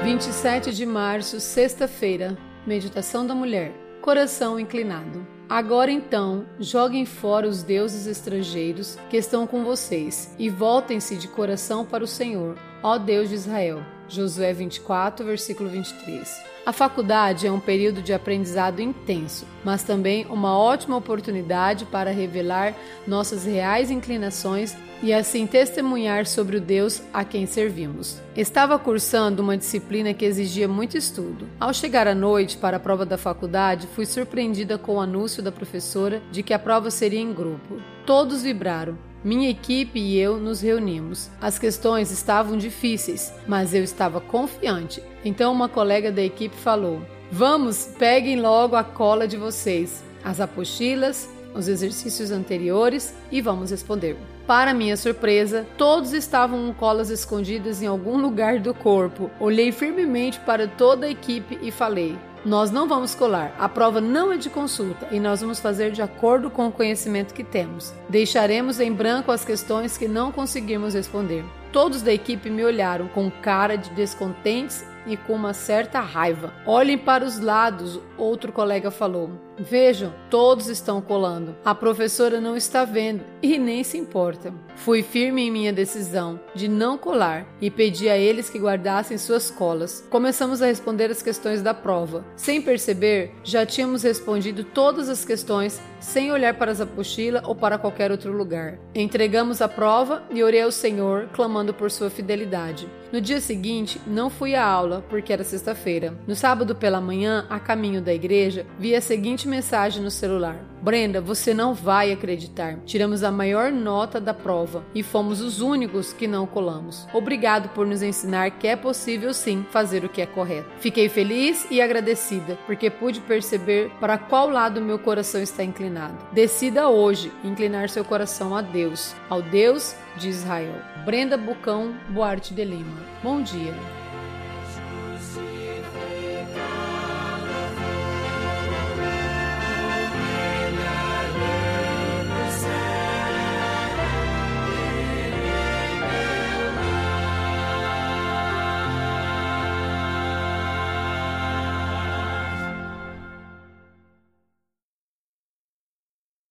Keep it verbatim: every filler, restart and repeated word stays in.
vinte e sete de março, sexta-feira. Meditação da mulher. Coração inclinado. Agora então, joguem fora os deuses estrangeiros que estão com vocês e voltem-se de coração para o Senhor, ó Deus de Israel. Josué vinte e quatro, versículo vinte e três. A faculdade é um período de aprendizado intenso, mas também uma ótima oportunidade para revelar nossas reais inclinações e assim testemunhar sobre o Deus a quem servimos. Estava cursando uma disciplina que exigia muito estudo. Ao chegar à noite para a prova da faculdade, fui surpreendida com o anúncio da professora de que a prova seria em grupo. Todos vibraram. Minha equipe e eu nos reunimos. As questões estavam difíceis, mas eu estava confiante. Então uma colega da equipe falou: "Vamos, peguem logo a cola de vocês, as apostilas, os exercícios anteriores e vamos responder." Para minha surpresa, todos estavam com colas escondidas em algum lugar do corpo. Olhei firmemente para toda a equipe e falei: "Nós não vamos colar, a prova não é de consulta e nós vamos fazer de acordo com o conhecimento que temos. Deixaremos em branco as questões que não conseguimos responder." Todos da equipe me olharam com cara de descontentes e com uma certa raiva. "Olhem para os lados", outro colega falou. "Vejam, todos estão colando. A professora não está vendo e nem se importa." Fui firme em minha decisão de não colar e pedi a eles que guardassem suas colas. Começamos a responder as questões da prova. Sem perceber, já tínhamos respondido todas as questões sem olhar para as apostilas ou para qualquer outro lugar. Entregamos a prova e orei ao Senhor, clamando por sua fidelidade. No dia seguinte, não fui à aula, porque era sexta-feira. No sábado pela manhã, a caminho da igreja, vi a seguinte mensagem no celular: "Brenda, você não vai acreditar. Tiramos a maior nota da prova e fomos os únicos que não colamos. Obrigado por nos ensinar que é possível sim fazer o que é correto." Fiquei feliz e agradecida, porque pude perceber para qual lado meu coração está inclinado. Decida hoje inclinar seu coração a Deus, ao Deus de Israel. Brenda Bucão Buarte de Lima. Bom dia.